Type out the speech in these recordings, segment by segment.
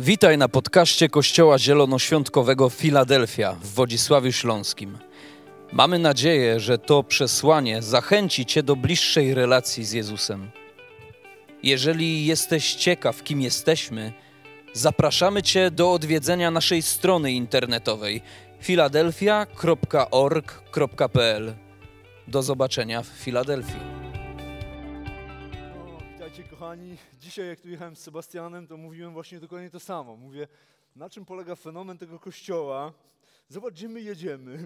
Witaj na podcaście Kościoła Zielonoświątkowego Filadelfia w Wodzisławiu Śląskim. Mamy nadzieję, że to przesłanie zachęci Cię do bliższej relacji z Jezusem. Jeżeli jesteś ciekaw, kim jesteśmy, zapraszamy Cię do odwiedzenia naszej strony internetowej filadelfia.org.pl. Do zobaczenia w Filadelfii. Witajcie kochani. Dzisiaj jak tu jechałem z Sebastianem, to mówiłem właśnie dokładnie to samo. Mówię, na czym polega fenomen tego kościoła? Zobacz, gdzie my jedziemy.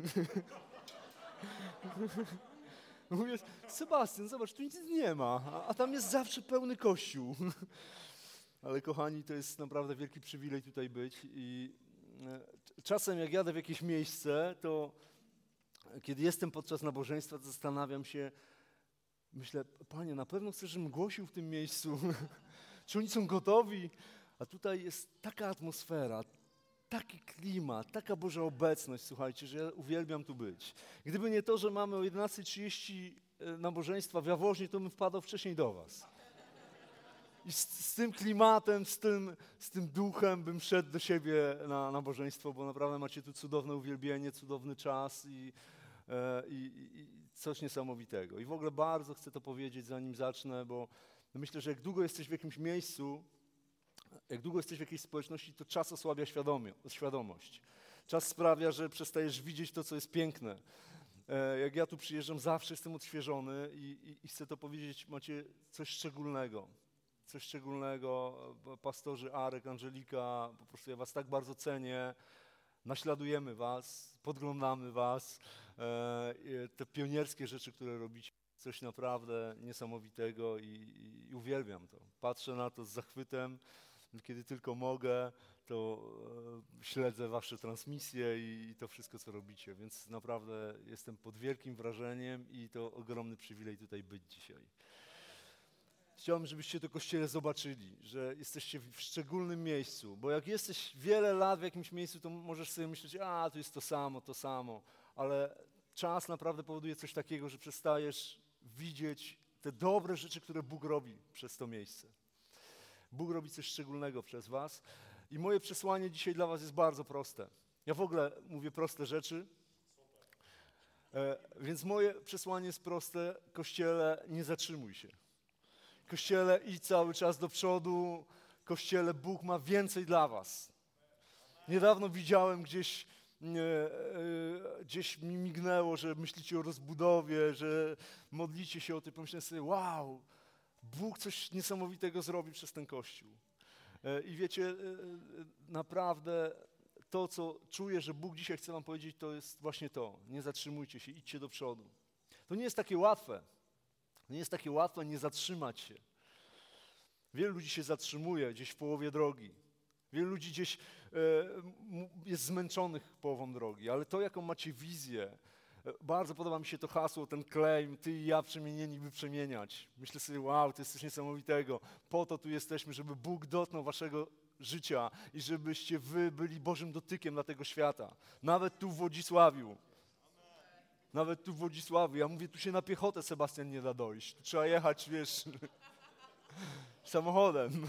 Mówię, Sebastian, zobacz, tu nic nie ma, a tam jest zawsze pełny kościół. Ale kochani, to jest naprawdę wielki przywilej tutaj być i czasem jak jadę w jakieś miejsce, to kiedy jestem podczas nabożeństwa, to zastanawiam się, myślę, Panie, na pewno chcesz, żebym głosił w tym miejscu? Czy oni są gotowi? A tutaj jest taka atmosfera, taki klimat, taka Boża obecność, słuchajcie, że ja uwielbiam tu być. Gdyby nie to, że mamy o 11:30 nabożeństwa w Jaworznie, to bym wpadał wcześniej do was. I z tym klimatem, z tym duchem bym szedł do siebie na nabożeństwo, bo naprawdę macie tu cudowne uwielbienie, cudowny czas i coś niesamowitego. I w ogóle bardzo chcę to powiedzieć, zanim zacznę, bo myślę, że jak długo jesteś w jakimś miejscu, jak długo jesteś w jakiejś społeczności, to czas osłabia świadomość. Czas sprawia, że przestajesz widzieć to, co jest piękne. Jak ja tu przyjeżdżam, zawsze jestem odświeżony i chcę to powiedzieć, macie coś szczególnego. Coś szczególnego. Pastorzy Arek, Angelika, po prostu ja was tak bardzo cenię. Naśladujemy was, podglądamy was. Te pionierskie rzeczy, które robicie, coś naprawdę niesamowitego i uwielbiam to. Patrzę na to z zachwytem, kiedy tylko mogę, to śledzę wasze transmisje i to wszystko, co robicie, więc naprawdę jestem pod wielkim wrażeniem i to ogromny przywilej tutaj być dzisiaj. Chciałbym, żebyście to Kościele zobaczyli, że jesteście w szczególnym miejscu, bo jak jesteś wiele lat w jakimś miejscu, to możesz sobie myśleć, to jest to samo, ale czas naprawdę powoduje coś takiego, że przestajesz widzieć te dobre rzeczy, które Bóg robi przez to miejsce. Bóg robi coś szczególnego przez was i moje przesłanie dzisiaj dla was jest bardzo proste. Ja w ogóle mówię proste rzeczy, więc moje przesłanie jest proste. Kościele, nie zatrzymuj się. Kościele, idź cały czas do przodu. Kościele, Bóg ma więcej dla was. Niedawno widziałem gdzieś mi mignęło, że myślicie o rozbudowie, że modlicie się o tym. Pomyślałem sobie, wow, Bóg coś niesamowitego zrobi przez ten Kościół. I wiecie, naprawdę to, co czuję, że Bóg dzisiaj chce wam powiedzieć, to jest właśnie to. Nie zatrzymujcie się, idźcie do przodu. To nie jest takie łatwe. Nie jest takie łatwe nie zatrzymać się. Wielu ludzi się zatrzymuje gdzieś w połowie drogi. Wielu ludzi gdzieś jest zmęczonych połową drogi, ale to, jaką macie wizję, bardzo podoba mi się to hasło, ten claim, ty i ja przemienieni, by przemieniać. Myślę sobie, wow, to jest coś niesamowitego. Po to tu jesteśmy, żeby Bóg dotknął waszego życia i żebyście wy byli Bożym dotykiem dla tego świata. Nawet tu w Wodzisławiu. Nawet tu w Wodzisławiu. Ja mówię, tu się na piechotę, Sebastian, nie da dojść. Tu trzeba jechać, wiesz, samochodem.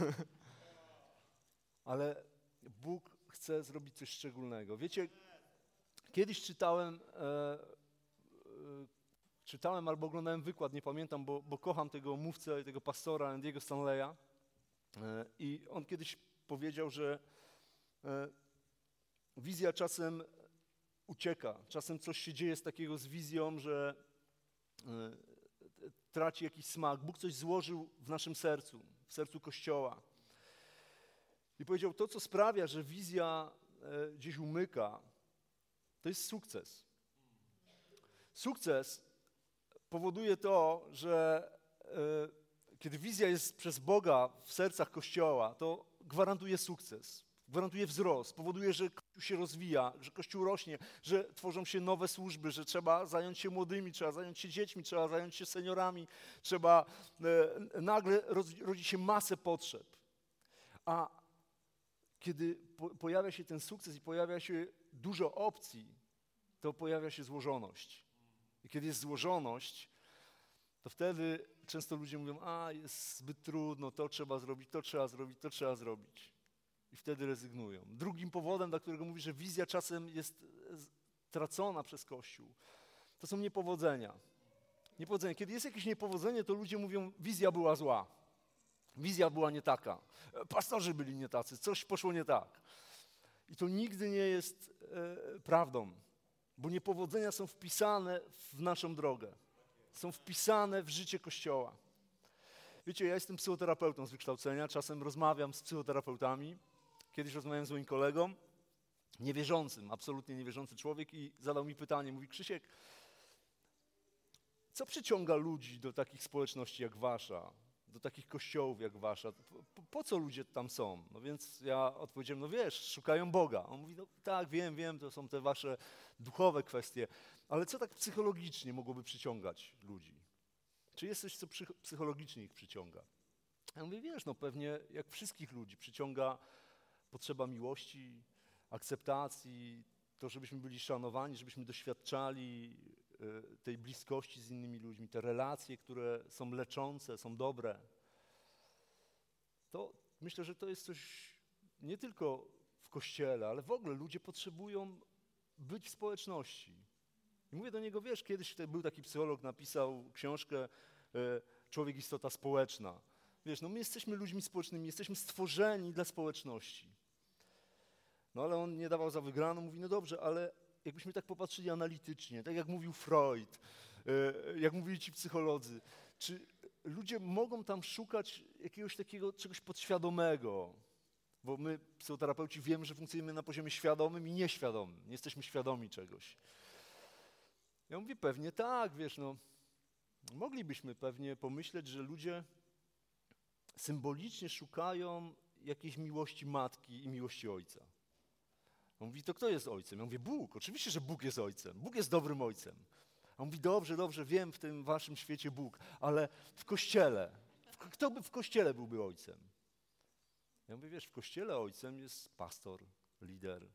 Ale Bóg chce zrobić coś szczególnego. Wiecie, kiedyś czytałem albo oglądałem wykład, nie pamiętam, bo kocham tego mówcę, tego pastora Andy'ego Stanleya. I on kiedyś powiedział, że wizja czasem ucieka. Czasem coś się dzieje z takiego z wizją, że traci jakiś smak. Bóg coś złożył w naszym sercu, w sercu Kościoła. I powiedział, to co sprawia, że wizja gdzieś umyka, to jest sukces. Sukces powoduje to, że kiedy wizja jest przez Boga w sercach Kościoła, to gwarantuje sukces, gwarantuje wzrost, powoduje, że Kościół się rozwija, że Kościół rośnie, że tworzą się nowe służby, że trzeba zająć się młodymi, trzeba zająć się dziećmi, trzeba zająć się seniorami, nagle rodzi się masę potrzeb. A kiedy pojawia się ten sukces i pojawia się dużo opcji, to pojawia się złożoność. I kiedy jest złożoność, to wtedy często ludzie mówią, jest zbyt trudno, to trzeba zrobić, to trzeba zrobić, to trzeba zrobić. i wtedy rezygnują. Drugim powodem, dla którego mówi, że wizja czasem jest tracona przez Kościół, to są niepowodzenia. Niepowodzenie. Kiedy jest jakieś niepowodzenie, to ludzie mówią, wizja była zła. Wizja była nie taka. Pastorzy byli nie tacy. Coś poszło nie tak. I to nigdy nie jest prawdą, bo niepowodzenia są wpisane w naszą drogę. Są wpisane w życie Kościoła. Wiecie, ja jestem psychoterapeutą z wykształcenia, czasem rozmawiam z psychoterapeutami. Kiedyś rozmawiałem z moim kolegą, niewierzącym, absolutnie niewierzący człowiek i zadał mi pytanie, mówi, Krzysiek, co przyciąga ludzi do takich społeczności jak wasza, do takich kościołów jak wasza? Po co ludzie tam są? No więc ja odpowiedziałem, no wiesz, szukają Boga. On mówi, no tak, wiem, to są te wasze duchowe kwestie, ale co tak psychologicznie mogłoby przyciągać ludzi? Czy jest coś, co psychologicznie ich przyciąga? Ja mówię, wiesz, no pewnie jak wszystkich ludzi przyciąga potrzeba miłości, akceptacji, to żebyśmy byli szanowani, żebyśmy doświadczali tej bliskości z innymi ludźmi, te relacje, które są leczące, są dobre. To myślę, że to jest coś nie tylko w Kościele, ale w ogóle ludzie potrzebują być w społeczności. I mówię do niego, wiesz, kiedyś był taki psycholog, napisał książkę Człowiek istota społeczna. Wiesz, no my jesteśmy ludźmi społecznymi, jesteśmy stworzeni dla społeczności. No ale on nie dawał za wygraną, mówi, no dobrze, ale jakbyśmy tak popatrzyli analitycznie, tak jak mówił Freud, jak mówili ci psycholodzy, czy ludzie mogą tam szukać jakiegoś takiego czegoś podświadomego? Bo my, psychoterapeuci, wiemy, że funkcjonujemy na poziomie świadomym i nieświadomym. Nie jesteśmy świadomi czegoś. Ja mówię, pewnie tak, wiesz, no, moglibyśmy pewnie pomyśleć, że ludzie symbolicznie szukają jakiejś miłości matki i miłości ojca. On mówi, to kto jest ojcem? Ja mówię, Bóg. Oczywiście, że Bóg jest ojcem. Bóg jest dobrym ojcem. A on mówi, dobrze, wiem w tym waszym świecie Bóg, ale w Kościele, kto by w Kościele byłby ojcem? Ja mówię, wiesz, w Kościele ojcem jest pastor, lider.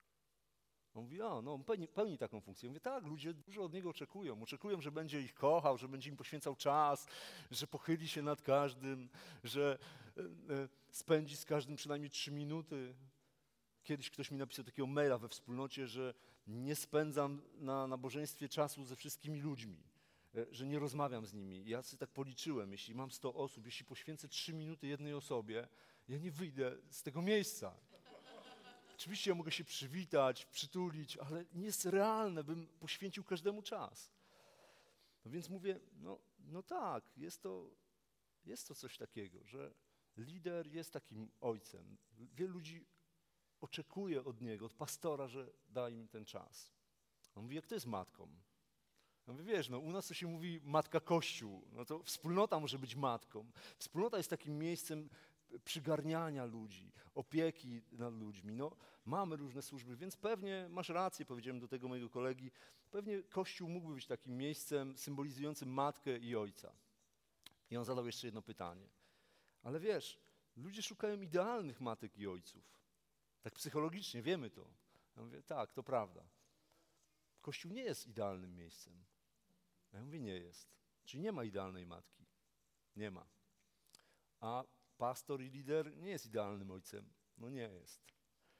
On mówi, no on pełni taką funkcję. Ja mówię, tak, ludzie dużo od niego oczekują. Oczekują, że będzie ich kochał, że będzie im poświęcał czas, że pochyli się nad każdym, że spędzi z każdym przynajmniej 3 minuty. Kiedyś ktoś mi napisał takiego maila we wspólnocie, że nie spędzam na nabożeństwie czasu ze wszystkimi ludźmi, że nie rozmawiam z nimi. Ja sobie tak policzyłem, jeśli mam 100 osób, jeśli poświęcę 3 minuty jednej osobie, ja nie wyjdę z tego miejsca. Oczywiście ja mogę się przywitać, przytulić, ale nie jest realne, bym poświęcił każdemu czas. No więc mówię, no tak, jest to coś takiego, że lider jest takim ojcem. Wielu ludzi oczekuje od niego, od pastora, że da im ten czas. On mówi, jak to jest matką? Ja mówię, wiesz, no u nas to się mówi matka Kościół, no to wspólnota może być matką. Wspólnota jest takim miejscem przygarniania ludzi, opieki nad ludźmi. No, mamy różne służby, więc pewnie masz rację, powiedziałem do tego mojego kolegi, pewnie Kościół mógłby być takim miejscem symbolizującym matkę i ojca. I on zadał jeszcze jedno pytanie. Ale wiesz, ludzie szukają idealnych matek i ojców. Tak psychologicznie, wiemy to. Ja mówię, tak, to prawda. Kościół nie jest idealnym miejscem. Ja mówię, nie jest. Czyli nie ma idealnej matki. Nie ma. A pastor i lider nie jest idealnym ojcem. No nie jest.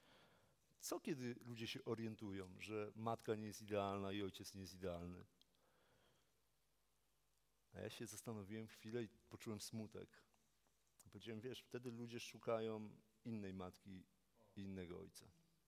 Co kiedy ludzie się orientują, że matka nie jest idealna i ojciec nie jest idealny? A ja się zastanowiłem chwilę i poczułem smutek. Powiedziałem, wiesz, wtedy ludzie szukają innej matki i innego ojca.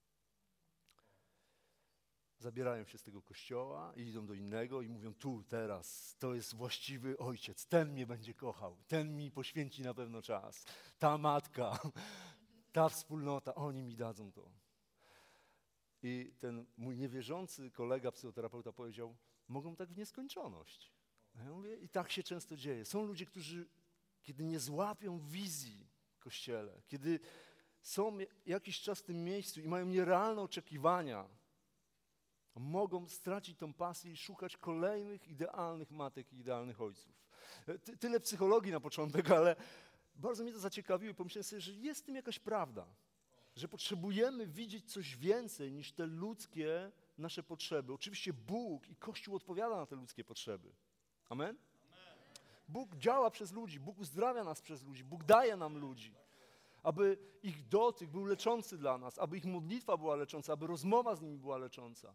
Zabierają się z tego kościoła i idą do innego i mówią, tu, teraz, to jest właściwy ojciec, ten mnie będzie kochał, ten mi poświęci na pewno czas, ta matka, ta wspólnota, oni mi dadzą to. I ten mój niewierzący kolega psychoterapeuta powiedział, mogą tak w nieskończoność. A ja mówię, i tak się często dzieje. Są ludzie, którzy, kiedy nie złapią wizji w Kościele, kiedy są jakiś czas w tym miejscu i mają nierealne oczekiwania, mogą stracić tą pasję i szukać kolejnych idealnych matek i idealnych ojców. Tyle psychologii na początek, ale bardzo mnie to zaciekawiło i pomyślałem sobie, że jest w tym jakaś prawda, że potrzebujemy widzieć coś więcej niż te ludzkie nasze potrzeby. Oczywiście Bóg i Kościół odpowiada na te ludzkie potrzeby. Amen? Bóg działa przez ludzi, Bóg uzdrawia nas przez ludzi, Bóg daje nam ludzi. aby ich dotyk był leczący dla nas, aby ich modlitwa była lecząca, aby rozmowa z nimi była lecząca.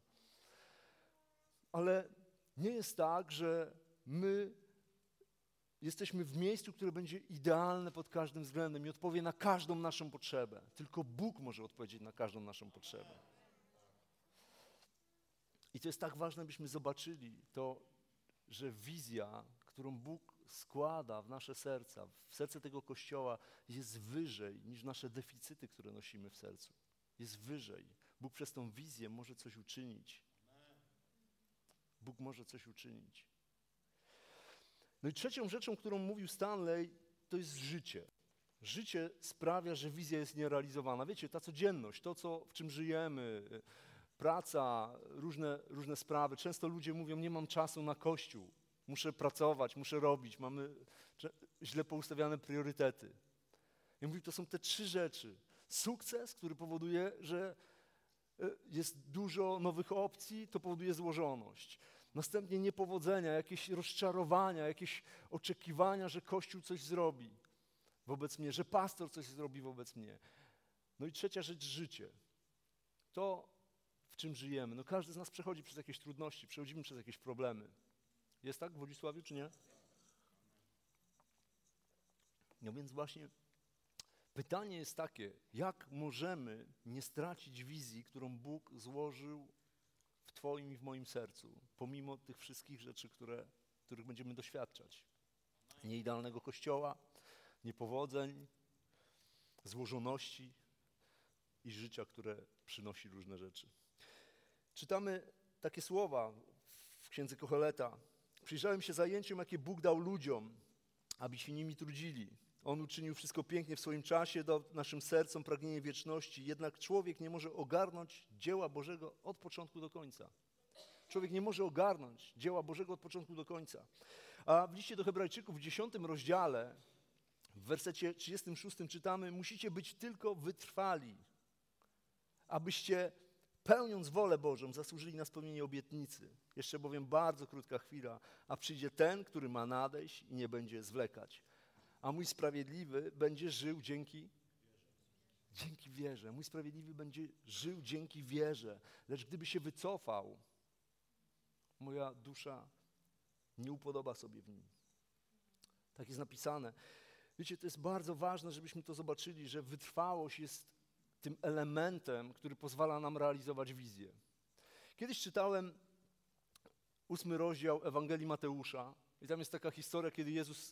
Ale nie jest tak, że my jesteśmy w miejscu, które będzie idealne pod każdym względem i odpowie na każdą naszą potrzebę. Tylko Bóg może odpowiedzieć na każdą naszą potrzebę. I to jest tak ważne, byśmy zobaczyli to, że wizja, którą Bóg składa w nasze serca, w serce tego Kościoła, jest wyżej niż nasze deficyty, które nosimy w sercu. Jest wyżej. Bóg przez tą wizję może coś uczynić. Bóg może coś uczynić. No i trzecią rzeczą, którą mówił Stanley, to jest życie. Życie sprawia, że wizja jest nierealizowana. Wiecie, ta codzienność, to, w czym żyjemy, praca, różne sprawy. Często ludzie mówią, nie mam czasu na Kościół, muszę pracować, muszę robić, mamy źle poustawiane priorytety. Ja mówię, to są te trzy rzeczy. Sukces, który powoduje, że jest dużo nowych opcji, to powoduje złożoność. Następnie niepowodzenia, jakieś rozczarowania, jakieś oczekiwania, że Kościół coś zrobi wobec mnie, że pastor coś zrobi wobec mnie. No i trzecia rzecz, życie. To, w czym żyjemy. No każdy z nas przechodzi przez jakieś trudności, przechodzimy przez jakieś problemy. Jest tak w Wodzisławiu, czy nie? No więc właśnie pytanie jest takie, jak możemy nie stracić wizji, którą Bóg złożył w Twoim i w moim sercu, pomimo tych wszystkich rzeczy, których będziemy doświadczać. Nieidealnego Kościoła, niepowodzeń, złożoności i życia, które przynosi różne rzeczy. Czytamy takie słowa w księdze Koheleta. Przyjrzałem się zajęciom, jakie Bóg dał ludziom, aby się nimi trudzili. On uczynił wszystko pięknie w swoim czasie, dał naszym sercom pragnienie wieczności, jednak człowiek nie może ogarnąć dzieła Bożego od początku do końca. Człowiek nie może ogarnąć dzieła Bożego od początku do końca. A w liście do Hebrajczyków w 10 rozdziale, w wersecie 36 czytamy, musicie być tylko wytrwali, abyście pełniąc wolę Bożą zasłużyli na spełnienie obietnicy. Jeszcze bowiem bardzo krótka chwila, a przyjdzie ten, który ma nadejść i nie będzie zwlekać. A mój sprawiedliwy będzie żył dzięki wierze. Mój sprawiedliwy będzie żył dzięki wierze. Lecz gdyby się wycofał, moja dusza nie upodoba sobie w nim. Tak jest napisane. Wiecie, to jest bardzo ważne, żebyśmy to zobaczyli, że wytrwałość jest tym elementem, który pozwala nam realizować wizję. Kiedyś czytałem 8 rozdział Ewangelii Mateusza i tam jest taka historia, kiedy Jezus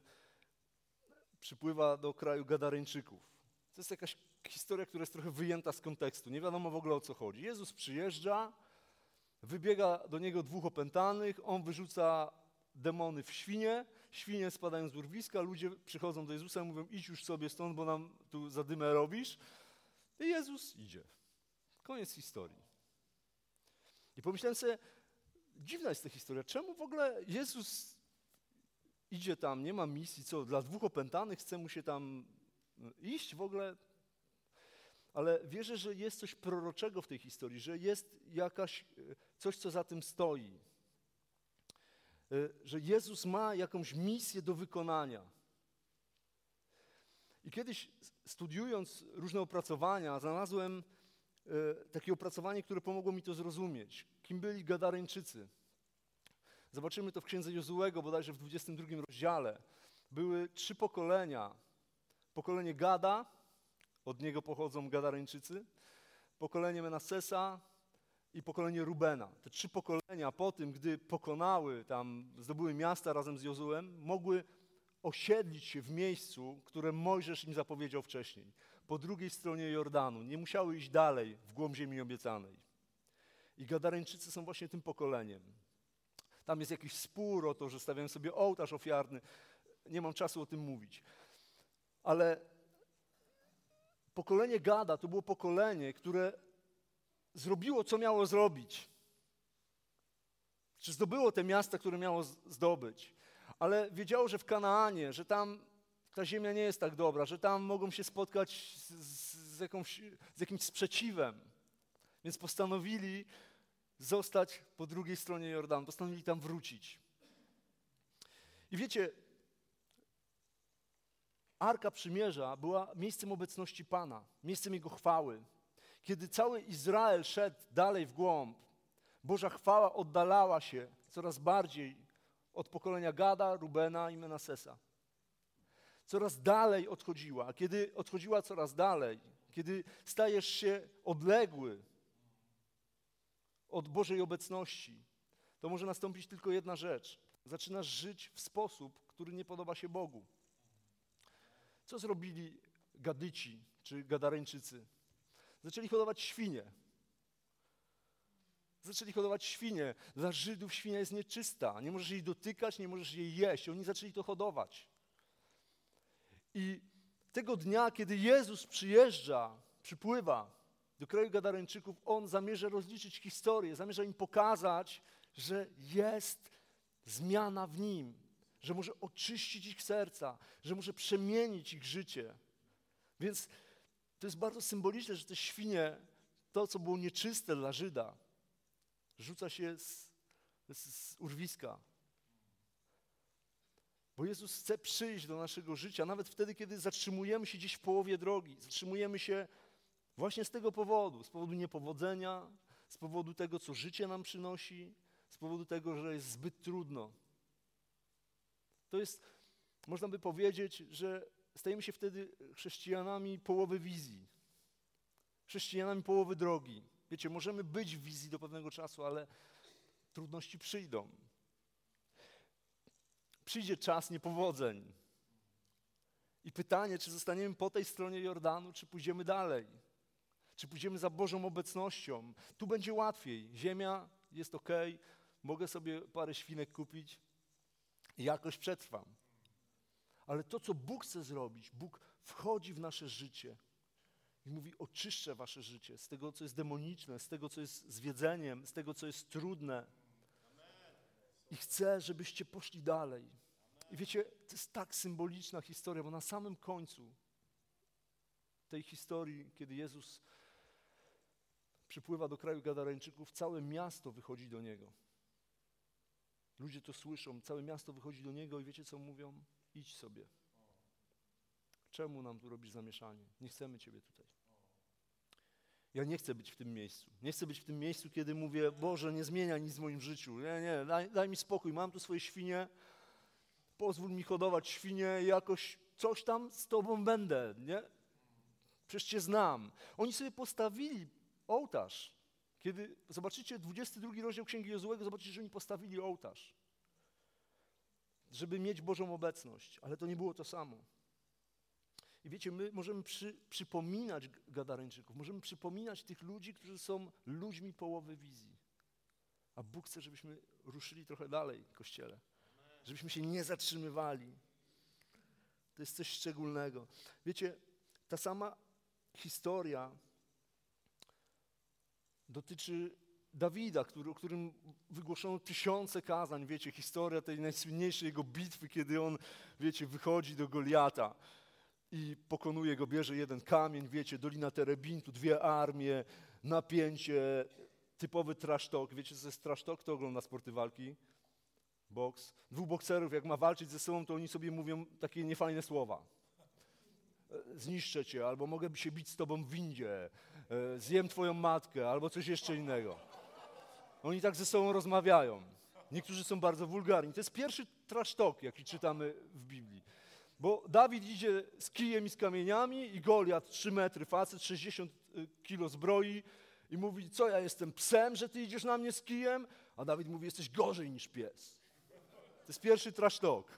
przypływa do kraju Gadareńczyków. To jest jakaś historia, która jest trochę wyjęta z kontekstu. Nie wiadomo w ogóle, o co chodzi. Jezus przyjeżdża, wybiega do niego 2 opętanych, on wyrzuca demony w świnie, świnie spadają z urwiska, ludzie przychodzą do Jezusa i mówią, idź już sobie stąd, bo nam tu zadymę robisz. I Jezus idzie. Koniec historii. I pomyślałem sobie, dziwna jest ta historia. Czemu w ogóle Jezus idzie tam, nie ma misji, co dla 2 opętanych chce mu się tam iść w ogóle? Ale wierzę, że jest coś proroczego w tej historii, że jest coś, co za tym stoi. Że Jezus ma jakąś misję do wykonania. I kiedyś studiując różne opracowania, znalazłem takie opracowanie, które pomogło mi to zrozumieć. Kim byli Gadareńczycy? Zobaczymy to w księdze Jozułego, bodajże w 22 rozdziale. Były 3 pokolenia. Pokolenie Gada, od niego pochodzą Gadareńczycy, pokolenie Menassesa i pokolenie Rubena. Te 3 pokolenia po tym, gdy zdobyły miasta razem z Jozułem, mogły osiedlić się w miejscu, które Mojżesz im zapowiedział wcześniej, po drugiej stronie Jordanu. Nie musiały iść dalej w głąb ziemi obiecanej. I Gadareńczycy są właśnie tym pokoleniem. Tam jest jakiś spór o to, że stawiają sobie ołtarz ofiarny. Nie mam czasu o tym mówić. Ale pokolenie Gada to było pokolenie, które zrobiło, co miało zrobić. Czy zdobyło te miasta, które miało zdobyć. Ale wiedziało, że w Kanaanie, że tam ta ziemia nie jest tak dobra, że tam mogą się spotkać z jakimś sprzeciwem. Więc postanowili zostać po drugiej stronie Jordanu, postanowili tam wrócić. I wiecie, Arka Przymierza była miejscem obecności Pana, miejscem Jego chwały. Kiedy cały Izrael szedł dalej w głąb, Boża chwała oddalała się coraz bardziej od pokolenia Gada, Rubena i Menasesa. Coraz dalej odchodziła, a kiedy odchodziła coraz dalej, kiedy stajesz się odległy od Bożej obecności, to może nastąpić tylko jedna rzecz. Zaczynasz żyć w sposób, który nie podoba się Bogu. Co zrobili Gadyci czy Gadareńczycy? Zaczęli hodować świnie. Zaczęli hodować świnie. Dla Żydów świnia jest nieczysta. Nie możesz jej dotykać, nie możesz jej jeść. Oni zaczęli to hodować. I tego dnia, kiedy Jezus przypływa do kraju Gadareńczyków, On zamierza rozliczyć historię, zamierza im pokazać, że jest zmiana w Nim, że może oczyścić ich serca, że może przemienić ich życie. Więc to jest bardzo symboliczne, że te świnie, to co było nieczyste dla Żyda, rzuca się z urwiska. Bo Jezus chce przyjść do naszego życia, nawet wtedy, kiedy zatrzymujemy się gdzieś w połowie drogi. Zatrzymujemy się właśnie z tego powodu, z powodu niepowodzenia, z powodu tego, co życie nam przynosi, z powodu tego, że jest zbyt trudno. To jest, można by powiedzieć, że stajemy się wtedy chrześcijanami połowy wizji, chrześcijanami połowy drogi. Wiecie, możemy być w wizji do pewnego czasu, ale trudności przyjdą. Przyjdzie czas niepowodzeń. I pytanie, czy zostaniemy po tej stronie Jordanu, czy pójdziemy dalej. Czy pójdziemy za Bożą obecnością. Tu będzie łatwiej. Ziemia jest okej, mogę sobie parę świnek kupić i jakoś przetrwam. Ale to, co Bóg chce zrobić, Bóg wchodzi w nasze życie i mówi, oczyszczę wasze życie z tego, co jest demoniczne, z tego, co jest zwiedzeniem, z tego, co jest trudne. I chcę, żebyście poszli dalej. I wiecie, to jest tak symboliczna historia, bo na samym końcu tej historii, kiedy Jezus przypływa do kraju Gadareńczyków, całe miasto wychodzi do Niego. Ludzie to słyszą, całe miasto wychodzi do Niego i wiecie, co mówią? Idź sobie. Czemu nam tu robisz zamieszanie? Nie chcemy Ciebie tutaj. Ja nie chcę być w tym miejscu. Nie chcę być w tym miejscu, kiedy mówię, Boże, nie zmieniaj nic w moim życiu. Nie, daj mi spokój, mam tu swoje świnie, pozwól mi hodować świnie i jakoś coś tam z Tobą będę, nie? Przecież Cię znam. Oni sobie postawili ołtarz. Kiedy zobaczycie 22 rozdział Księgi Jozułego, zobaczycie, że oni postawili ołtarz, żeby mieć Bożą obecność, ale to nie było to samo. I wiecie, my możemy przypominać Gadareńczyków, możemy przypominać tych ludzi, którzy są ludźmi połowy wizji. A Bóg chce, żebyśmy ruszyli trochę dalej, Kościele. Żebyśmy się nie zatrzymywali. To jest coś szczególnego. Wiecie, ta sama historia dotyczy Dawida, o którym wygłoszono tysiące kazań. Wiecie, historia tej najsłynniejszej jego bitwy, kiedy on, wiecie, wychodzi do Goliata i pokonuje go, bierze jeden kamień, wiecie, Dolina Terebintu, 2 armie, napięcie, typowy trash talk. Wiecie, co jest trash talk? Kto ogląda sporty walki? Boks. 2 bokserów, jak ma walczyć ze sobą, to oni sobie mówią takie niefajne słowa. Zniszczę cię, albo mogę się bić z tobą w windzie, zjem twoją matkę, albo coś jeszcze innego. Oni tak ze sobą rozmawiają. Niektórzy są bardzo wulgarni. To jest pierwszy trash talk, jaki czytamy w Biblii. Bo Dawid idzie z kijem i z kamieniami i Goliat, 3 metry, facet, 60 kilo zbroi i mówi, co ja jestem psem, że ty idziesz na mnie z kijem? A Dawid mówi, jesteś gorzej niż pies. To jest pierwszy trash talk.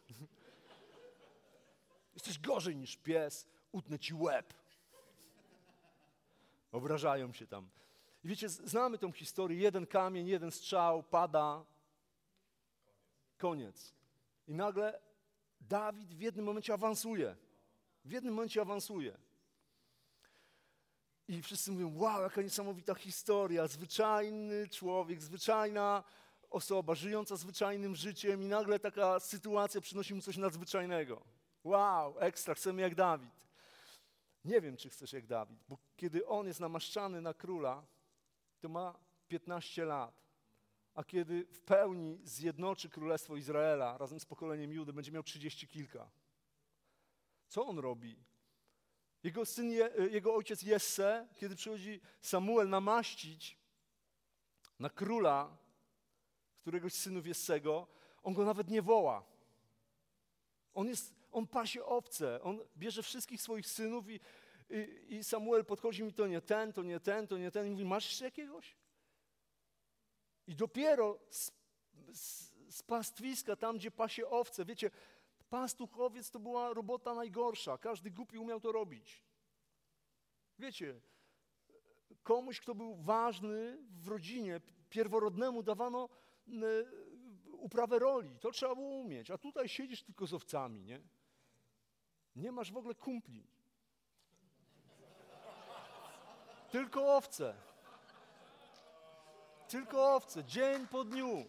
Jesteś gorzej niż pies, utnę ci łeb. Obrażają się tam. I wiecie, znamy tą historię, 1 kamień, 1 strzał, pada, koniec. I nagle Dawid w jednym momencie awansuje. W jednym momencie awansuje. I wszyscy mówią, wow, jaka niesamowita historia, zwyczajny człowiek, zwyczajna osoba, żyjąca zwyczajnym życiem i nagle taka sytuacja przynosi mu coś nadzwyczajnego. Wow, ekstra, chcemy jak Dawid. Nie wiem, czy chcesz jak Dawid, bo kiedy on jest namaszczany na króla, to ma 15 lat. A kiedy w pełni zjednoczy Królestwo Izraela razem z pokoleniem Judy, będzie miał 30 kilka. Co on robi? Jego ojciec Jesse, kiedy przychodzi Samuel namaścić na króla któregoś z synów Jessego, on go nawet nie woła. On pasie owce, on bierze wszystkich swoich synów i Samuel podchodzi mi, to nie ten, to nie ten, to nie ten i mówi, masz jeszcze jakiegoś? I dopiero z pastwiska, tam gdzie pasie owce, wiecie, pastuch owiec to była robota najgorsza, każdy głupi umiał to robić. Wiecie, komuś, kto był ważny w rodzinie, pierworodnemu dawano uprawę roli, to trzeba było umieć, a tutaj siedzisz tylko z owcami, nie? Nie masz w ogóle kumpli. Tylko owce. Tylko owce, dzień po dniu.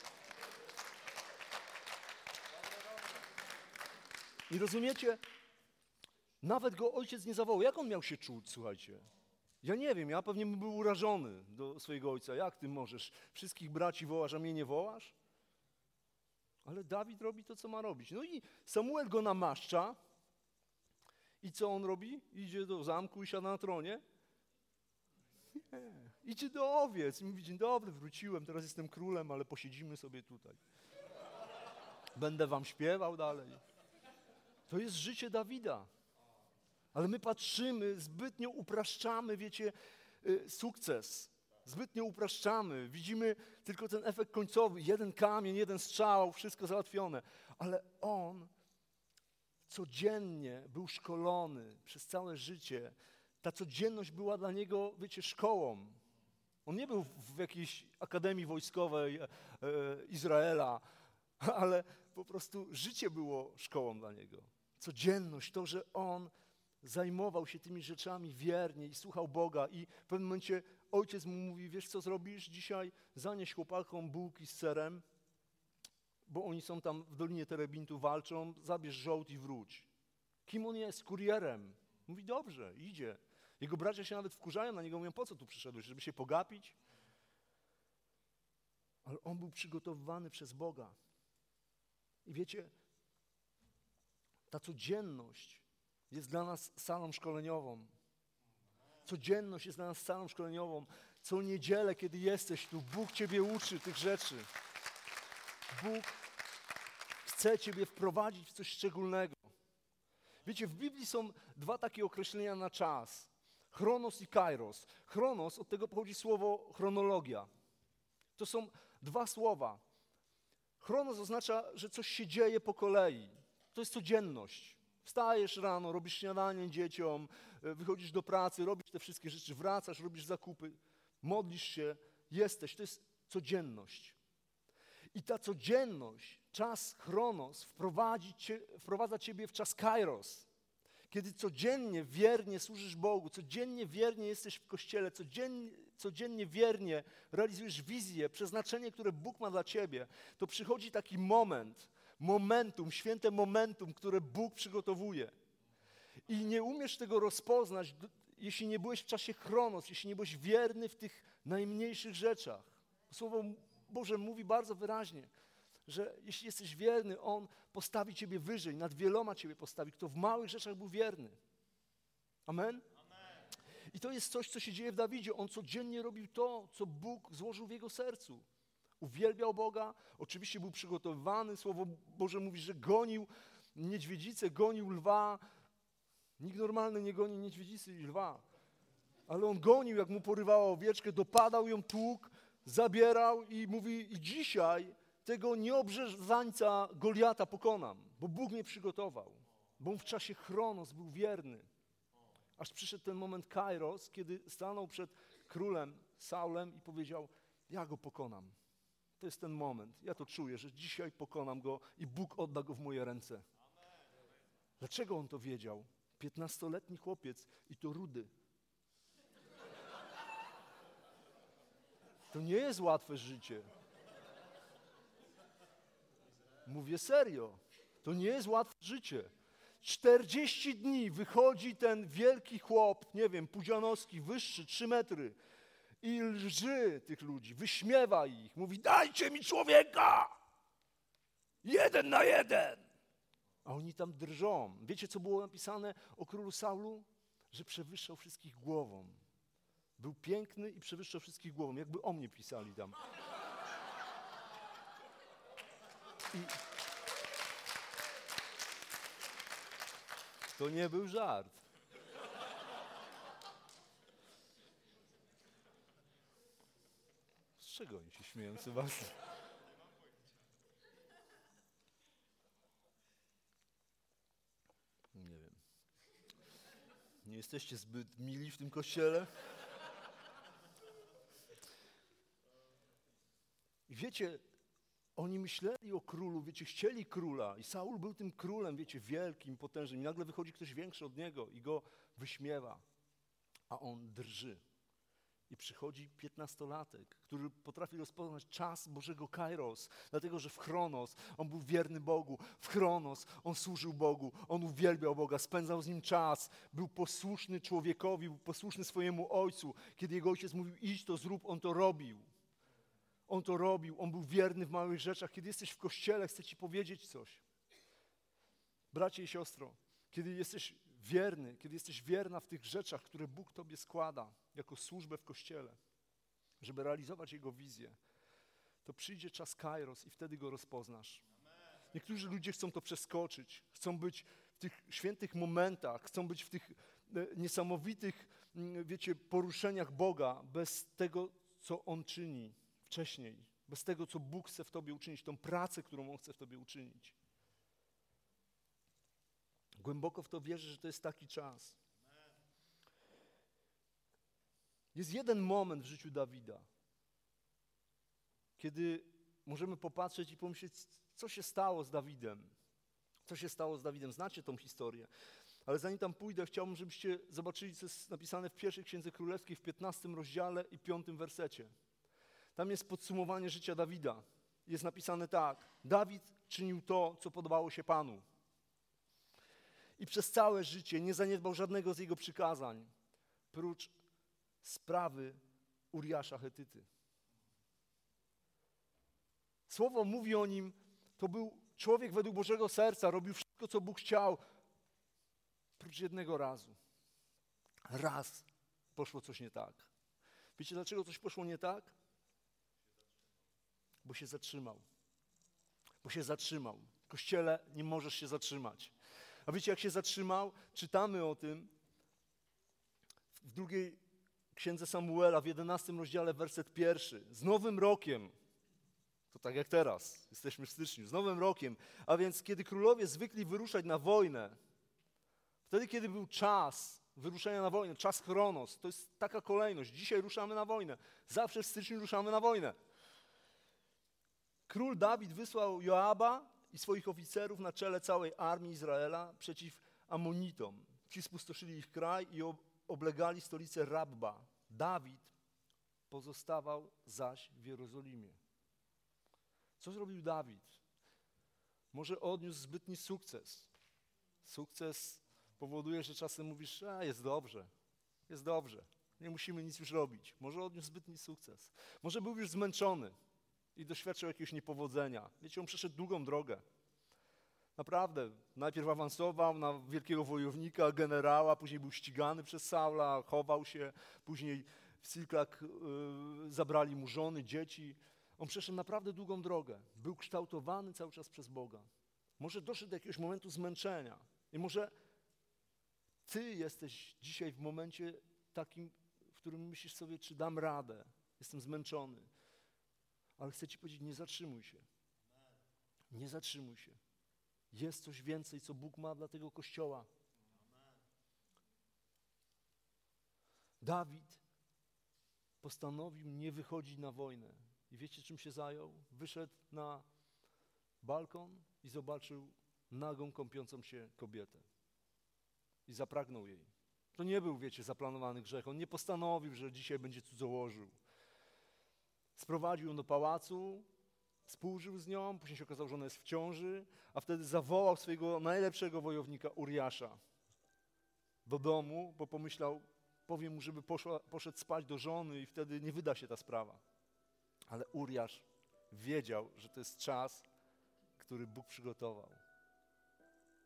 I rozumiecie? Nawet go ojciec nie zawołał. Jak on miał się czuć, słuchajcie? Ja nie wiem, ja pewnie bym był urażony do swojego ojca. Jak ty możesz? Wszystkich braci wołasz, a mnie nie wołasz? Ale Dawid robi to, co ma robić. No i Samuel go namaszcza. I co on robi? Idzie do zamku i siada na tronie? Nie. Idzie do owiec i mówi, dzień dobry, wróciłem, teraz jestem królem, ale posiedzimy sobie tutaj. Będę wam śpiewał dalej. To jest życie Dawida. Ale my patrzymy, zbytnio upraszczamy, wiecie, sukces. Zbytnio upraszczamy. Widzimy tylko ten efekt końcowy. Jeden kamień, jeden strzał, wszystko załatwione. Ale on codziennie był szkolony przez całe życie. Ta codzienność była dla niego, wiecie, szkołą. On nie był w jakiejś akademii wojskowej Izraela, ale po prostu życie było szkołą dla niego. Codzienność, to, że on zajmował się tymi rzeczami wiernie i słuchał Boga i w pewnym momencie ojciec mu mówi, wiesz co zrobisz dzisiaj? Zanieś chłopakom bułki z serem, bo oni są tam w Dolinie Terebintu, walczą, zabierz żołd i wróć. Kim on jest? Kurierem. Mówi, dobrze, idzie. Jego bracia się nawet wkurzają na niego, mówią, po co tu przyszedłeś, żeby się pogapić? Ale on był przygotowywany przez Boga. I wiecie, ta codzienność jest dla nas salą szkoleniową. Codzienność jest dla nas salą szkoleniową. Co niedzielę, kiedy jesteś tu, Bóg ciebie uczy tych rzeczy. Bóg chce ciebie wprowadzić w coś szczególnego. Wiecie, w Biblii są dwa takie określenia na czas. Chronos i kairos. Chronos, od tego pochodzi słowo chronologia. To są dwa słowa. Chronos oznacza, że coś się dzieje po kolei. To jest codzienność. Wstajesz rano, robisz śniadanie dzieciom, wychodzisz do pracy, robisz te wszystkie rzeczy, wracasz, robisz zakupy, modlisz się, jesteś. To jest codzienność. I ta codzienność, czas chronos wprowadza ciebie w czas kairos. Kiedy codziennie wiernie służysz Bogu, codziennie wiernie jesteś w Kościele, codziennie wiernie realizujesz wizję, przeznaczenie, które Bóg ma dla ciebie, to przychodzi taki momentum, święte momentum, które Bóg przygotowuje. I nie umiesz tego rozpoznać, jeśli nie byłeś w czasie chronos, jeśli nie byłeś wierny w tych najmniejszych rzeczach. Słowo Boże mówi bardzo wyraźnie, że jeśli jesteś wierny, On postawi ciebie wyżej, nad wieloma ciebie postawi, kto w małych rzeczach był wierny. Amen? I to jest coś, co się dzieje w Dawidzie. On codziennie robił to, co Bóg złożył w jego sercu. Uwielbiał Boga, oczywiście był przygotowywany. Słowo Boże mówi, że gonił niedźwiedzicę, gonił lwa. Nikt normalny nie goni niedźwiedzicy i lwa. Ale on gonił, jak mu porywała owieczkę, dopadał ją, tłukł, zabierał i mówi, i dzisiaj tego nieobrzezańca Goliata pokonam, bo Bóg mnie przygotował, bo on w czasie chronos był wierny. Aż przyszedł ten moment kairos, kiedy stanął przed królem Saulem i powiedział, ja go pokonam. To jest ten moment. Ja to czuję, że dzisiaj pokonam go i Bóg odda go w moje ręce. Dlaczego on to wiedział? 15-letni chłopiec i to rudy. To nie jest łatwe życie. Mówię serio. To nie jest łatwe życie. 40 dni wychodzi ten wielki chłop, nie wiem, Pudzianowski, wyższy, 3 metry i lży tych ludzi, wyśmiewa ich, mówi, dajcie mi człowieka! 1 na 1! A oni tam drżą. Wiecie, co było napisane o królu Saulu? Że przewyższał wszystkich głową. Był piękny i przewyższał wszystkich głową. Jakby o mnie pisali tam. I to nie był żart. Z czego oni się śmieją, Sebastian? Nie wiem. Nie jesteście zbyt mili w tym kościele? I wiecie, oni myśleli o królu, wiecie, chcieli króla i Saul był tym królem, wiecie, wielkim, potężnym. I nagle wychodzi ktoś większy od niego i go wyśmiewa, a on drży. I przychodzi 15-latek, który potrafi rozpoznać czas Bożego Kairos, dlatego że w Chronos on był wierny Bogu, w Chronos on służył Bogu, on uwielbiał Boga, spędzał z Nim czas, był posłuszny człowiekowi, był posłuszny swojemu ojcu. Kiedy jego ojciec mówił idź to zrób, on to robił. On to robił, on był wierny w małych rzeczach. Kiedy jesteś w kościele, chcę ci powiedzieć coś. Bracie i siostro, kiedy jesteś wierny, kiedy jesteś wierna w tych rzeczach, które Bóg tobie składa jako służbę w kościele, żeby realizować Jego wizję, to przyjdzie czas Kairos i wtedy Go rozpoznasz. Niektórzy ludzie chcą to przeskoczyć, chcą być w tych świętych momentach, chcą być w tych niesamowitych, wiecie, poruszeniach Boga bez tego, co On czyni wcześniej, bez tego, co Bóg chce w tobie uczynić, tą pracę, którą On chce w tobie uczynić. Głęboko w to wierzę, że to jest taki czas. Jest jeden moment w życiu Dawida, kiedy możemy popatrzeć i pomyśleć, co się stało z Dawidem. Co się stało z Dawidem? Znacie tą historię. Ale zanim tam pójdę, chciałbym, żebyście zobaczyli, co jest napisane w pierwszej Księdze Królewskiej w 15 rozdziale i 5 wersecie. Tam jest podsumowanie życia Dawida. Jest napisane tak. Dawid czynił to, co podobało się Panu. I przez całe życie nie zaniedbał żadnego z Jego przykazań, prócz sprawy Uriasza Chetyty. Słowo mówi o nim, to był człowiek według Bożego serca, robił wszystko, co Bóg chciał, prócz jednego razu. Raz poszło coś nie tak. Wiecie, dlaczego coś poszło nie tak? Bo się zatrzymał. Bo się zatrzymał. W Kościele nie możesz się zatrzymać. A wiecie, jak się zatrzymał? Czytamy o tym w drugiej Księdze Samuela, w 11 rozdziale, werset 1. Z Nowym Rokiem, to tak jak teraz, jesteśmy w styczniu, z Nowym Rokiem, a więc kiedy królowie zwykli wyruszać na wojnę, wtedy, kiedy był czas wyruszenia na wojnę, czas Chronos, to jest taka kolejność. Dzisiaj ruszamy na wojnę, zawsze w styczniu ruszamy na wojnę. Król Dawid wysłał Joaba i swoich oficerów na czele całej armii Izraela przeciw Amonitom. Ci spustoszyli ich kraj i oblegali stolicę Rabba. Dawid pozostawał zaś w Jerozolimie. Co zrobił Dawid? Może odniósł zbytni sukces. Sukces powoduje, że czasem mówisz, jest dobrze, nie musimy nic już robić. Może odniósł zbytni sukces. Może był już zmęczony i doświadczył jakiegoś niepowodzenia. Wiecie, on przeszedł długą drogę. Naprawdę, najpierw awansował na wielkiego wojownika, generała, później był ścigany przez Saula, chował się, później w Silklak zabrali mu żony, dzieci. On przeszedł naprawdę długą drogę. Był kształtowany cały czas przez Boga. Może doszedł do jakiegoś momentu zmęczenia i może ty jesteś dzisiaj w momencie takim, w którym myślisz sobie, czy dam radę, jestem zmęczony. Ale chcę ci powiedzieć, nie zatrzymuj się. Nie zatrzymuj się. Jest coś więcej, co Bóg ma dla tego Kościoła. Dawid postanowił nie wychodzić na wojnę. I wiecie, czym się zajął? Wyszedł na balkon i zobaczył nagą, kąpiącą się kobietę. I zapragnął jej. To nie był, wiecie, zaplanowany grzech. On nie postanowił, że dzisiaj będzie cudzołożył. Sprowadził ją do pałacu, współżył z nią, później się okazało, że ona jest w ciąży, a wtedy zawołał swojego najlepszego wojownika Uriasza do domu, bo pomyślał, powiem mu, żeby poszedł spać do żony i wtedy nie wyda się ta sprawa. Ale Uriasz wiedział, że to jest czas, który Bóg przygotował.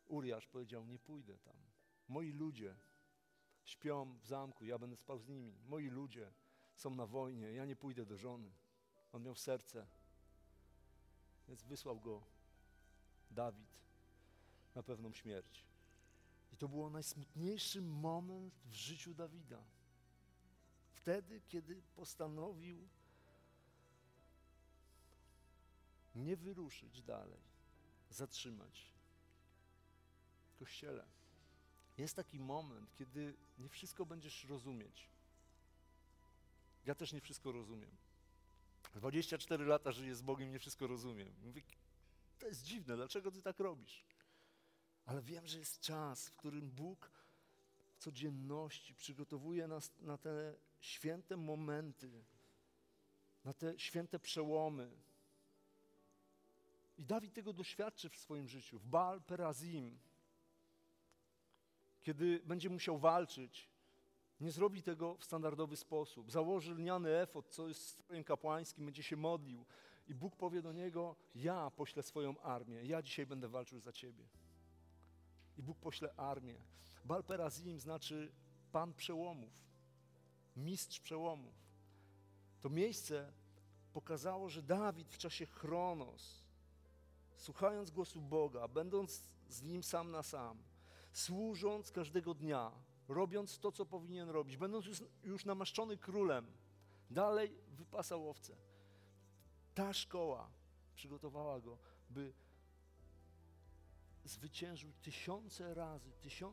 Uriasz powiedział, nie pójdę tam. Moi ludzie śpią w zamku, ja będę spał z nimi. Moi ludzie są na wojnie, ja nie pójdę do żony. On miał serce, więc wysłał go Dawid na pewną śmierć. I to był najsmutniejszy moment w życiu Dawida. Wtedy, kiedy postanowił nie wyruszyć dalej, zatrzymać. Kościele, jest taki moment, kiedy nie wszystko będziesz rozumieć. Ja też nie wszystko rozumiem. 24 lata żyję z Bogiem, nie wszystko rozumiem. Mówię, to jest dziwne, dlaczego ty tak robisz? Ale wiem, że jest czas, w którym Bóg w codzienności przygotowuje nas na te święte momenty, na te święte przełomy. I Dawid tego doświadczy w swoim życiu. W Baal Perazim, kiedy będzie musiał walczyć, nie zrobi tego w standardowy sposób. Założy lniany efod, co jest strojem kapłańskim, będzie się modlił. I Bóg powie do niego, ja poślę swoją armię, ja dzisiaj będę walczył za ciebie. I Bóg pośle armię. Baal Perazim znaczy Pan przełomów, mistrz przełomów. To miejsce pokazało, że Dawid w czasie Chronos, słuchając głosu Boga, będąc z Nim sam na sam, służąc każdego dnia, robiąc to, co powinien robić, będąc już namaszczony królem, dalej wypasał owce. Ta szkoła przygotowała go, by zwyciężył tysiące razy.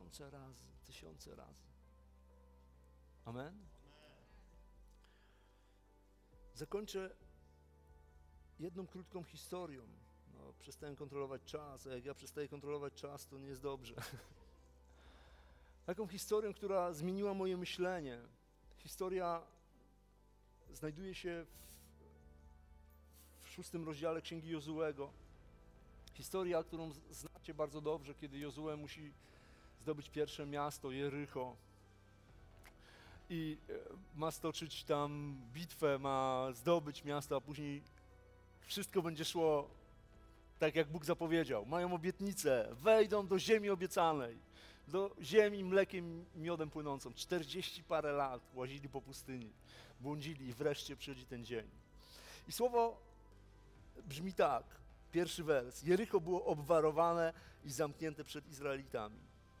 Amen? Zakończę jedną krótką historią. Przestałem kontrolować czas, a jak ja przestaję kontrolować czas, to nie jest dobrze. Taką historią, która zmieniła moje myślenie. Historia znajduje się w 6 rozdziale Księgi Jozuego. Historia, którą znacie bardzo dobrze, kiedy Jozue musi zdobyć pierwsze miasto, Jericho. I ma stoczyć tam bitwę, ma zdobyć miasto, a później wszystko będzie szło tak, jak Bóg zapowiedział. Mają obietnicę, wejdą do ziemi obiecanej, do ziemi mlekiem i miodem płynącą. 40 parę lat łazili po pustyni, błądzili i wreszcie przychodzi ten dzień. I słowo brzmi tak, pierwszy wers. Jericho było obwarowane i zamknięte przed Izraelitami.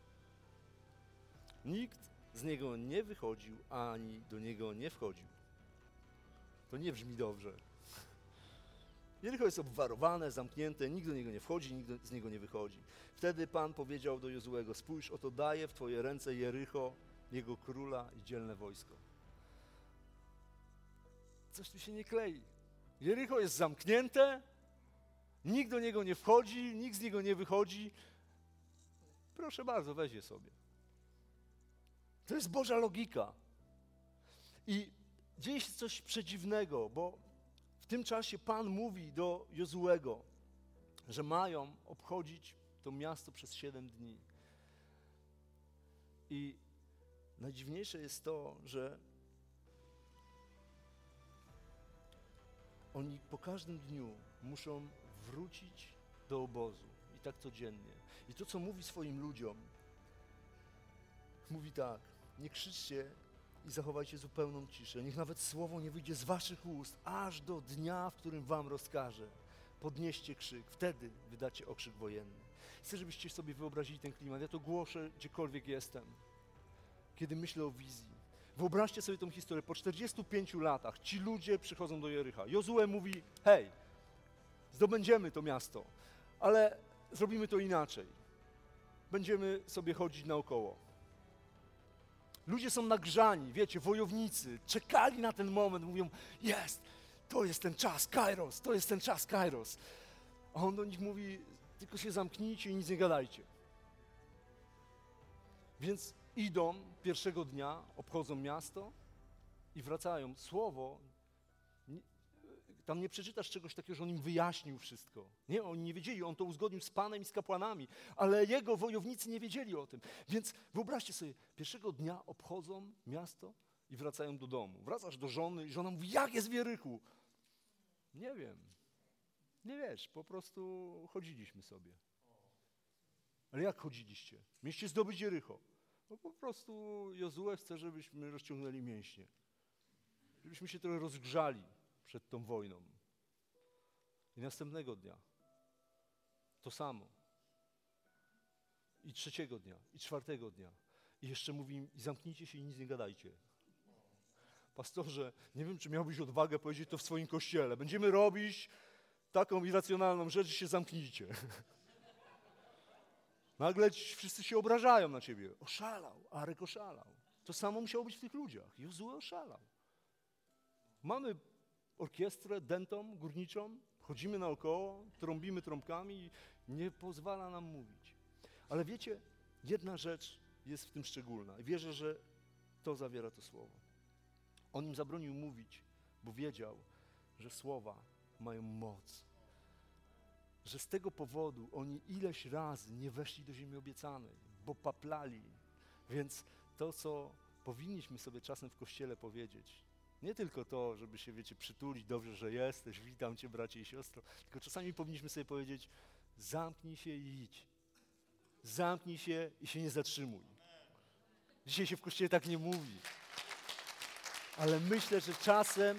Nikt z niego nie wychodził, ani do niego nie wchodził. To nie brzmi dobrze. Jericho jest obwarowane, zamknięte, nikt do niego nie wchodzi, nikt z niego nie wychodzi. Wtedy Pan powiedział do Jozuego, spójrz, oto daję w twoje ręce Jericho, jego króla i dzielne wojsko. Coś tu się nie klei. Jericho jest zamknięte, nikt do niego nie wchodzi, nikt z niego nie wychodzi. Proszę bardzo, weź je sobie. To jest Boża logika. I dzieje się coś przedziwnego, bo w tym czasie Pan mówi do Jozuego, że mają obchodzić to miasto przez 7 dni. I najdziwniejsze jest to, że oni po każdym dniu muszą wrócić do obozu. I tak codziennie. I to, co mówi swoim ludziom, mówi tak, nie krzyczcie i zachowajcie zupełną ciszę. Niech nawet słowo nie wyjdzie z waszych ust, aż do dnia, w którym wam rozkażę. Podnieście krzyk, wtedy wydacie okrzyk wojenny. Chcę, żebyście sobie wyobrazili ten klimat. Ja to głoszę, gdziekolwiek jestem, kiedy myślę o wizji. Wyobraźcie sobie tą historię. Po 45 latach ci ludzie przychodzą do Jericha. Jozue mówi, hej, zdobędziemy to miasto, ale zrobimy to inaczej. Będziemy sobie chodzić naokoło. Ludzie są nagrzani, wiecie, wojownicy, czekali na ten moment, mówią, to jest ten czas, Kairos, to jest ten czas, Kairos. A on do nich mówi, tylko się zamknijcie i nic nie gadajcie. Więc idą pierwszego dnia, obchodzą miasto i wracają. Słowo, tam nie przeczytasz czegoś takiego, że on im wyjaśnił wszystko. Nie, oni nie wiedzieli, on to uzgodnił z Panem i z kapłanami, ale jego wojownicy nie wiedzieli o tym. Więc wyobraźcie sobie, pierwszego dnia obchodzą miasto i wracają do domu. Wracasz do żony i żona mówi, jak jest w Jerichu? Nie wiem, nie wiesz, po prostu chodziliśmy sobie. Ale jak chodziliście? Mieliście zdobyć Jericho. No po prostu Jozue chce, żebyśmy rozciągnęli mięśnie. Żebyśmy się trochę rozgrzali przed tą wojną. I następnego dnia to samo. I trzeciego dnia, i czwartego dnia. I jeszcze mówi im, zamknijcie się i nic nie gadajcie. Pastorze, nie wiem, czy miałbyś odwagę powiedzieć to w swoim kościele. Będziemy robić taką irracjonalną rzecz, że się zamknijcie. Nagle wszyscy się obrażają na ciebie. Oszalał, Arek oszalał. To samo musiało być w tych ludziach. Jozue oszalał. Mamy orkiestrę dętą, górniczą, chodzimy naokoło, trąbimy trąbkami i nie pozwala nam mówić. Ale wiecie, jedna rzecz jest w tym szczególna i wierzę, że to zawiera to słowo. On im zabronił mówić, bo wiedział, że słowa mają moc. Że z tego powodu oni ileś razy nie weszli do ziemi obiecanej, bo paplali. Więc to, co powinniśmy sobie czasem w kościele powiedzieć, nie tylko to, żeby się, wiecie, przytulić, dobrze, że jesteś, witam cię, bracie i siostro, tylko czasami powinniśmy sobie powiedzieć, zamknij się i idź. Zamknij się i się nie zatrzymuj. Dzisiaj się w kościele tak nie mówi. Ale myślę, że czasem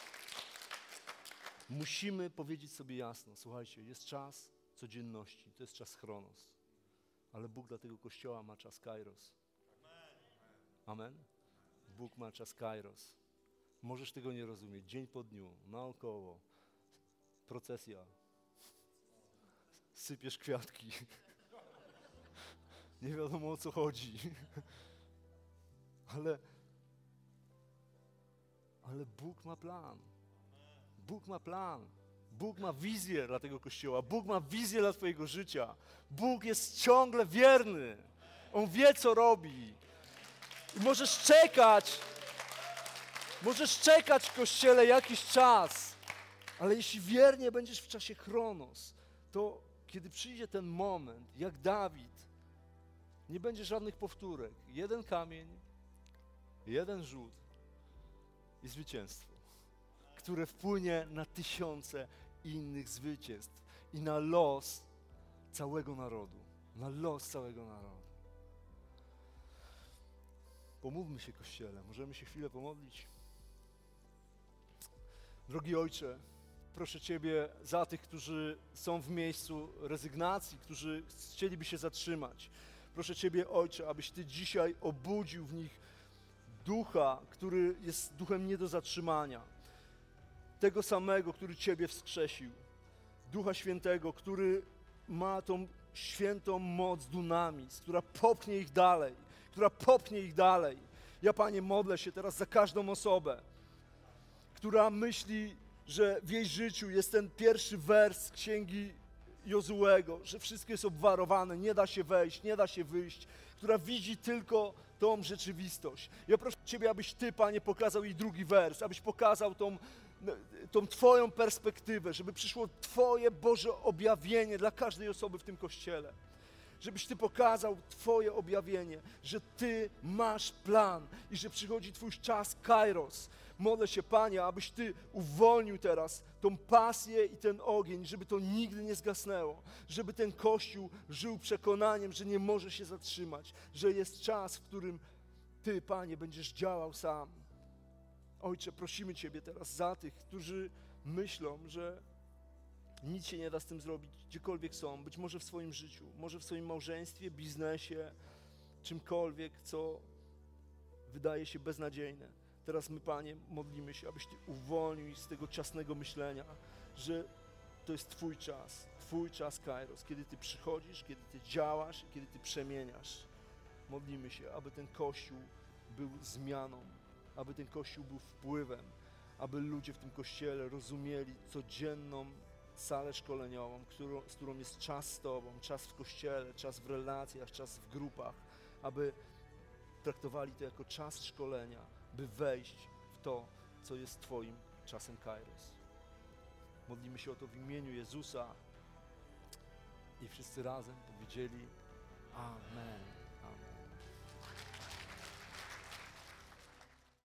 musimy powiedzieć sobie jasno, słuchajcie, jest czas codzienności, to jest czas chronos, ale Bóg dla tego Kościoła ma czas kairos. Amen? Bóg ma czas kairos. Możesz tego nie rozumieć, dzień po dniu, naokoło, procesja, sypiesz kwiatki, nie wiadomo o co chodzi, ale Bóg ma plan. Bóg ma plan. Bóg ma wizję dla tego Kościoła. Bóg ma wizję dla twojego życia. Bóg jest ciągle wierny. On wie, co robi. I możesz czekać w Kościele jakiś czas, ale jeśli wiernie będziesz w czasie chronos, to kiedy przyjdzie ten moment, jak Dawid, nie będzie żadnych powtórek. Jeden kamień, jeden rzut i zwycięstwo, które wpłynie na tysiące innych zwycięstw i na los całego narodu. Na los całego narodu. Pomódlmy się, Kościele. Możemy się chwilę pomodlić? Drogi Ojcze, proszę Ciebie za tych, którzy są w miejscu rezygnacji, którzy chcieliby się zatrzymać. Proszę Ciebie, Ojcze, abyś Ty dzisiaj obudził w nich ducha, który jest duchem nie do zatrzymania. Tego samego, który Ciebie wskrzesił. Ducha Świętego, który ma tą świętą moc dunamis, która popchnie ich dalej. Ja, Panie, modlę się teraz za każdą osobę, która myśli, że w jej życiu jest ten pierwszy wers Księgi Jozuego, że wszystko jest obwarowane, nie da się wejść, nie da się wyjść, która widzi tylko tą rzeczywistość. Ja proszę Ciebie, abyś Ty, Panie, pokazał jej drugi wers, abyś pokazał tą Twoją perspektywę, żeby przyszło Twoje Boże objawienie dla każdej osoby w tym Kościele. Żebyś Ty pokazał Twoje objawienie, że Ty masz plan i że przychodzi Twój czas kairos. Modlę się, Panie, abyś Ty uwolnił teraz tą pasję i ten ogień, żeby to nigdy nie zgasnęło, żeby ten Kościół żył przekonaniem, że nie może się zatrzymać, że jest czas, w którym Ty, Panie, będziesz działał sam. Ojcze, prosimy Ciebie teraz za tych, którzy myślą, że nic się nie da z tym zrobić, gdziekolwiek są, być może w swoim życiu, może w swoim małżeństwie, biznesie, czymkolwiek, co wydaje się beznadziejne. Teraz my, Panie, modlimy się, abyś Ty uwolnił ich z tego ciasnego myślenia, że to jest Twój czas kairos, kiedy Ty przychodzisz, kiedy Ty działasz, kiedy Ty przemieniasz. Modlimy się, aby ten Kościół był zmianą, aby ten Kościół był wpływem, aby ludzie w tym Kościele rozumieli codzienną salę szkoleniową, z którą jest czas z Tobą, czas w Kościele, czas w relacjach, czas w grupach, aby traktowali to jako czas szkolenia, by wejść w to, co jest Twoim czasem kairos. Modlimy się o to w imieniu Jezusa i wszyscy razem powiedzieli Amen.